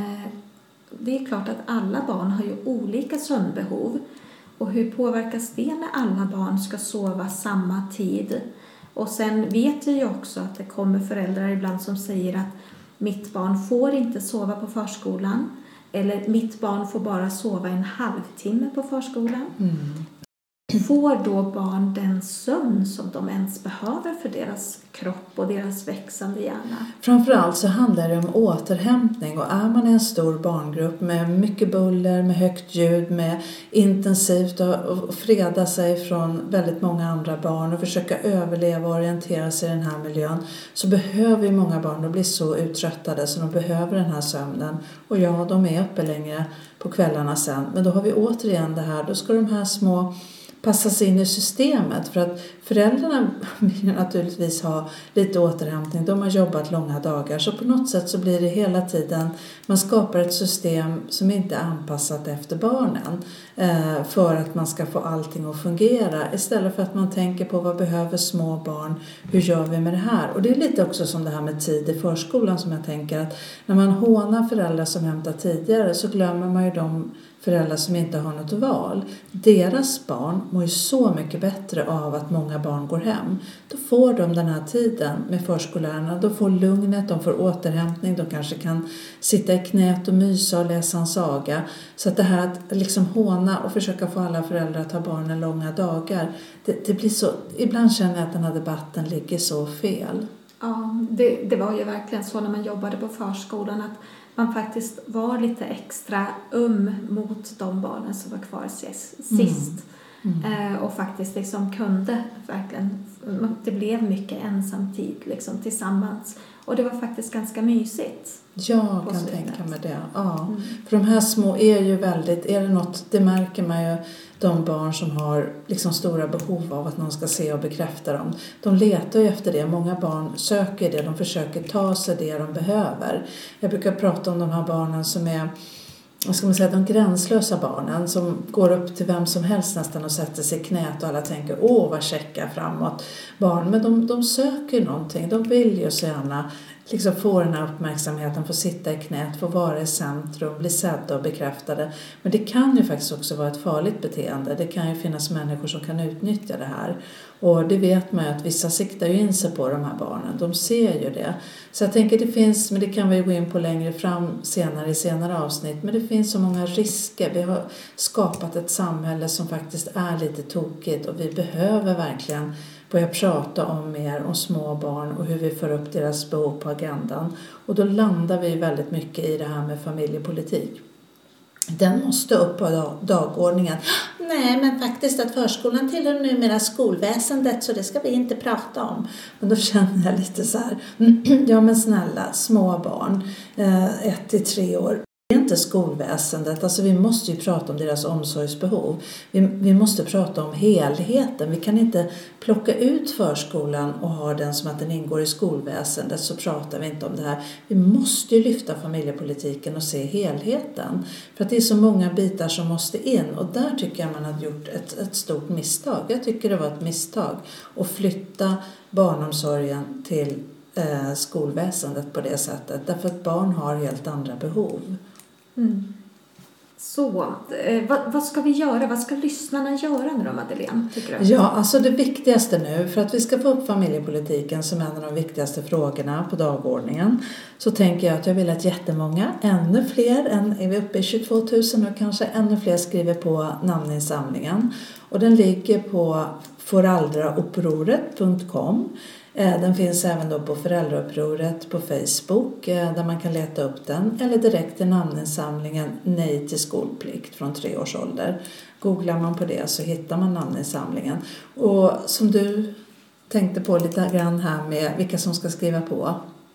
Det är klart att alla barn har ju olika sömnbehov. Och hur påverkas det när alla barn ska sova samma tid? Och sen vet vi ju också att det kommer föräldrar ibland som säger att mitt barn får inte sova på förskolan. Eller mitt barn får bara sova en halvtimme på förskolan. Mm. Får då barn den sömn som de ens behöver för deras kropp och deras växande hjärna? Framförallt så handlar det om återhämtning. Och är man i en stor barngrupp med mycket buller, med högt ljud, med intensivt och freda sig från väldigt många andra barn och försöka överleva och orientera sig i den här miljön, så behöver ju många barn, de blir så uttröttade så de behöver den här sömnen. Och ja, de är uppe längre på kvällarna sen. Men då har vi återigen det här, då ska de här små passas in i systemet, för att föräldrarna vill naturligtvis ha lite återhämtning. De har jobbat långa dagar, så på något sätt så blir det hela tiden, man skapar ett system som inte är anpassat efter barnen eh, för att man ska få allting att fungera, istället för att man tänker på vad behöver små barn, hur gör vi med det här? Och det är lite också som det här med tid i förskolan, som jag tänker att när man hånar föräldrar som hämtar tidigare så glömmer man ju de föräldrar som inte har något val. Deras barn mår ju så mycket bättre av att många barn går hem. Då får de den här tiden med förskollärarna. De får lugnet, de får återhämtning. De kanske kan sitta i knät och mysa och läsa en saga. Så att det här att liksom håna och försöka få alla föräldrar att ta barnen långa dagar. Det, det blir så, ibland känner jag att den här debatten ligger så fel. Ja, det, det var ju verkligen så när man jobbade på förskolan att man faktiskt var lite extra um mot de barnen som var kvar sist. Mm. Mm. Eh, och faktiskt liksom kunde verkligen, det blev mycket ensamtid liksom tillsammans. Och det var faktiskt ganska mysigt. Jag kan slutet. tänka mig det. Ja. Mm. För de här små är ju väldigt, är det något, det märker man ju, de barn som har liksom stora behov av att någon ska se och bekräfta dem. De letar ju efter det. Många barn söker det. De försöker ta sig det de behöver. Jag brukar prata om de här barnen som är, vad ska man säga, de gränslösa barnen som går upp till vem som helst nästan och sätter sig i knät och alla tänker, åh vad checka framåt barn. Men de, de söker någonting. De vill ju så gärna liksom få den här uppmärksamheten, få sitta i knät, få vara i centrum, bli sedda och bekräftade. Men det kan ju faktiskt också vara ett farligt beteende. Det kan ju finnas människor som kan utnyttja det här. Och det vet man ju att vissa siktar ju in sig på de här barnen. De ser ju det. Så jag tänker det finns, men det kan vi gå in på längre fram senare i senare avsnitt. Men det finns så många risker. Vi har skapat ett samhälle som faktiskt är lite tokigt och vi behöver verkligen börja prata om mer om små barn och hur vi får upp deras behov på agendan. Och då landar vi väldigt mycket i det här med familjepolitik. Den måste upp på dagordningen. Nej, men faktiskt att förskolan tillhör numera skolväsendet så det ska vi inte prata om. Men då känner jag lite så här, ja men snälla, små barn, ett till tre år. Det är inte skolväsendet, alltså vi måste ju prata om deras omsorgsbehov. Vi, vi måste prata om helheten. Vi kan inte plocka ut förskolan och ha den som att den ingår i skolväsendet, så pratar vi inte om det här. Vi måste ju lyfta familjepolitiken och se helheten. För att det är så många bitar som måste in och där tycker jag man har gjort ett, ett stort misstag. Jag tycker det var ett misstag att flytta barnomsorgen till eh, skolväsendet på det sättet. Därför att barn har helt andra behov. Mm. Så, eh, vad, vad ska vi göra? Vad ska lyssnarna göra nu då, Madeleine, tycker du? Ja, alltså det viktigaste nu, för att vi ska få upp familjepolitiken som en av de viktigaste frågorna på dagordningen, så tänker jag att jag vill att jättemånga, ännu fler, än, är vi uppe i tjugotvå tusen och kanske ännu fler skriver på namninsamlingen. Och den ligger på föräldraupproret punkt com. Den finns även då på Föräldraupproret på Facebook där man kan leta upp den. Eller direkt till namninsamlingen Nej till skolplikt från tre års ålder. Googlar man på det så hittar man namninsamlingen. Och som du tänkte på lite grann här med vilka som ska skriva på.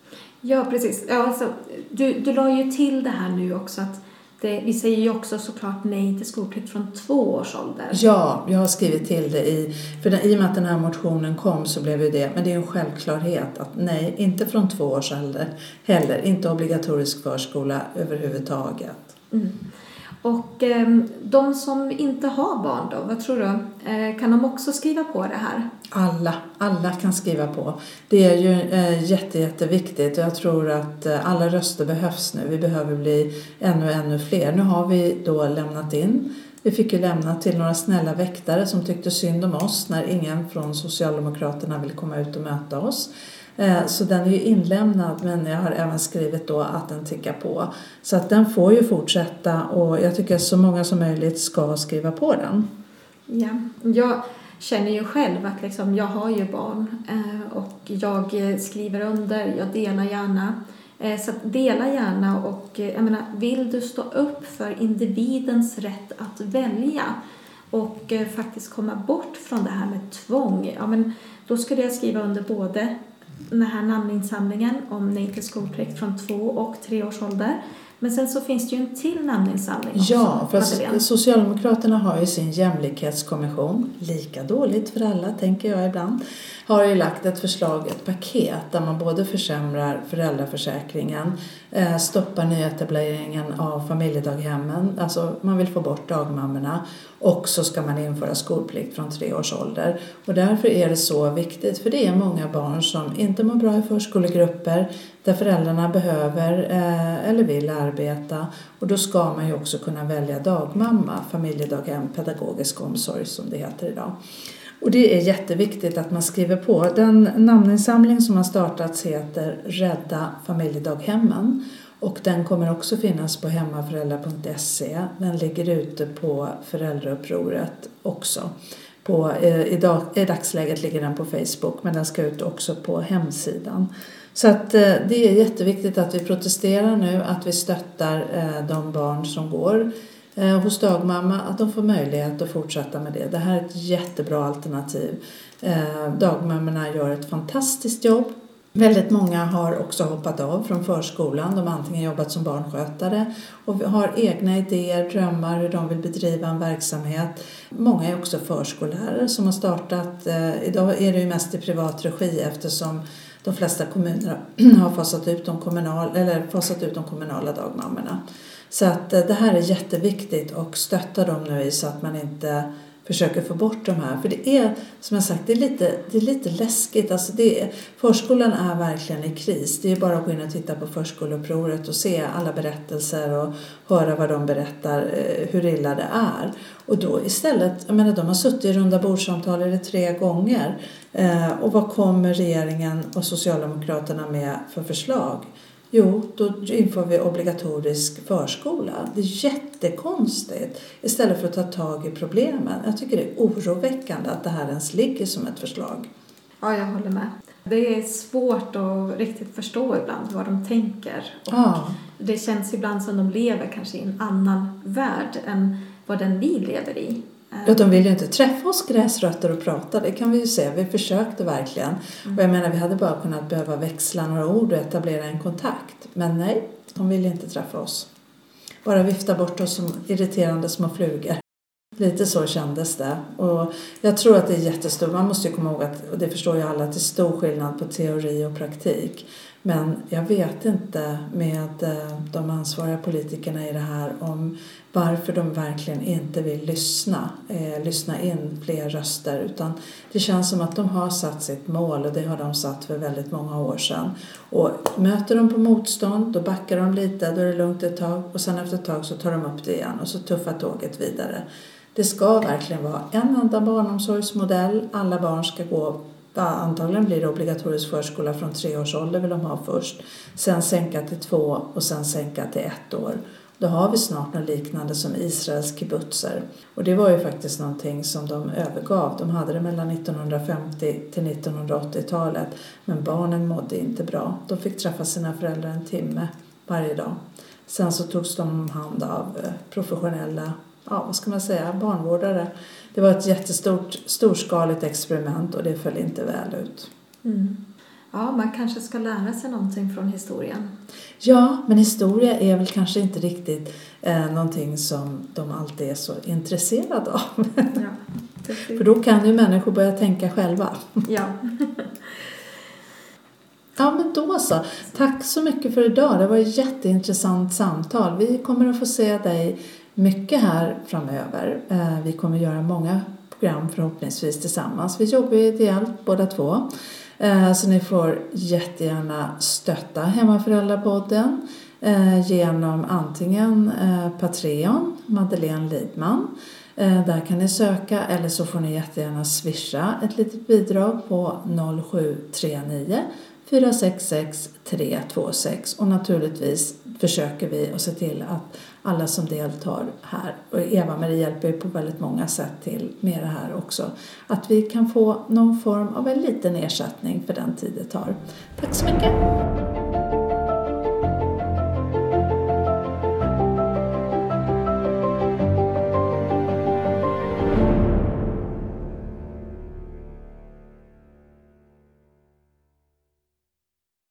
Ja, precis. Ja, alltså, du, du la ju till det här nu också att det, vi säger ju också såklart nej till skolplikt från två års ålder. Ja, jag har skrivit till det i, för den, i och med att den här motionen kom så blev ju det, men det är en självklarhet att nej, inte från två års ålder heller, inte obligatorisk förskola överhuvudtaget. Mm. Och eh, de som inte har barn då, vad tror du? Eh, kan de också skriva på det här? Alla, alla kan skriva på. Det är ju eh, jätte, jätteviktigt och jag tror att eh, alla röster behövs nu. Vi behöver bli ännu, ännu fler. Nu har vi då lämnat in. Vi fick ju lämna till några snälla väktare som tyckte synd om oss när ingen från Socialdemokraterna ville komma ut och möta oss. Så den är ju inlämnad, men jag har även skrivit då att den tickar på. Så att den får ju fortsätta och jag tycker att så många som möjligt ska skriva på den. Ja, jag känner ju själv att liksom jag har ju barn och jag skriver under, jag delar gärna. Så att dela gärna och jag menar, vill du stå upp för individens rätt att välja och faktiskt komma bort från det här med tvång, ja men då skulle jag skriva under både den här namninsamlingen om nej till skolplikt från två och tre års ålder. Men sen så finns det ju en till namninsamling också. Ja, för att Socialdemokraterna har ju sin jämlikhetskommission, lika dåligt för alla tänker jag ibland, har ju lagt ett förslag, ett paket där man både försämrar föräldraförsäkringen, eh, stoppar nyetableringen av familjedaghemmen, alltså man vill få bort dagmammorna och så ska man införa skolplikt från tre års ålder. Och därför är det så viktigt, för det är många barn som inte mår bra i förskolegrupper där föräldrarna behöver eh, eller vill arbeta och då ska man ju också kunna välja dagmamma, familjedaghem, pedagogisk omsorg som det heter idag. Och det är jätteviktigt att man skriver på. Den namninsamling som har startats heter Rädda familjedaghemmen. Och den kommer också finnas på hemmaföräldrar punkt se. Den ligger ute på Föräldraupproret också. På, eh, i, dag, I dagsläget ligger den på Facebook men den ska ut också på hemsidan. Så att eh, det är jätteviktigt att vi protesterar nu, att vi stöttar eh, de barn som går eh, hos dagmamma, att de får möjlighet att fortsätta med det. Det här är ett jättebra alternativ. Eh, dagmammorna gör ett fantastiskt jobb. Väldigt många har också hoppat av från förskolan. De har antingen jobbat som barnskötare och har egna idéer, drömmar hur de vill bedriva en verksamhet. Många är också förskollärare som har startat. Eh, idag är det ju mest i privat regi eftersom de flesta kommuner har fasat ut de, kommunal, eller fasat ut de kommunala dagmammorna. Så att eh, det här är jätteviktigt och stötta dem nu i så att man inte försöker få bort de här. För det är, som jag sagt, det är lite, det är lite läskigt. Alltså det är, förskolan är verkligen i kris. Det är bara att gå in och titta på förskoleupproret och se alla berättelser och höra vad de berättar, hur illa det är. Och då istället, jag menar, de har suttit i runda bordsamtal i det tre gånger. Eh, och vad kommer regeringen och Socialdemokraterna med för förslag? Jo, då inför vi obligatorisk förskola. Det är jättekonstigt istället för att ta tag i problemen. Jag tycker det är oroväckande att det här ens ligger som ett förslag. Ja, jag håller med. Det är svårt att riktigt förstå ibland vad de tänker. Och ja. Det känns ibland som de lever kanske i en annan värld än vad den vi lever i. Ja, de vill ju inte träffa oss gräsrötter och prata, det kan vi ju se. Vi försökte verkligen. Mm. Och jag menar, vi hade bara kunnat behöva växla några ord och etablera en kontakt. Men nej, de vill inte träffa oss. Bara vifta bort oss som irriterande små flugor. Lite så kändes det. Och jag tror att det är jättestort. Man måste ju komma ihåg att, och det förstår ju alla, att det är stor skillnad på teori och praktik. Men jag vet inte med de ansvariga politikerna i det här om varför de verkligen inte vill lyssna, eh, lyssna in fler röster. Utan det känns som att de har satt sitt mål och det har de satt för väldigt många år sedan. Och möter de på motstånd, då backar de lite, då är det lugnt ett tag. Och sen efter ett tag så tar de upp det igen och så tuffar tåget vidare. Det ska verkligen vara en enda barnomsorgsmodell. Alla barn ska gå. Ja, antagligen blir det obligatorisk förskola från tre års ålder vill de ha först. Sen sänka till två och sen sänka till ett år. Då har vi snart något liknande som Israels kibbutzer. Och det var ju faktiskt någonting som de övergav. De hade det mellan nittonhundrafemtio till nittonhundraåttiotalet. Men barnen mådde inte bra. De fick träffa sina föräldrar en timme varje dag. Sen så togs de hand av professionella, ja vad ska man säga, barnvårdare. Det var ett jättestort, storskaligt experiment och det föll inte väl ut. Mm. Ja, man kanske ska lära sig någonting från historien. Ja, men historia är väl kanske inte riktigt eh, någonting som de alltid är så intresserade av. Ja, för då kan ju människor börja tänka själva. Ja. Ja, men då så. Tack så mycket för idag. Det var ett jätteintressant samtal. Vi kommer att få se dig mycket här framöver. Vi kommer att göra många program förhoppningsvis tillsammans. Vi jobbar ideellt båda två. Så ni får jättegärna stötta Hemmaföräldrapodden genom antingen Patreon, Madeleine Lidman. Där kan ni söka eller så får ni jättegärna swisha ett litet bidrag på noll sju tre nio fyra sex sex tre två sex och naturligtvis försöker vi att se till att alla som deltar här, och Eva-Marie hjälper på väldigt många sätt till med det här också, att vi kan få någon form av en liten ersättning för den tid det tar. Tack så mycket!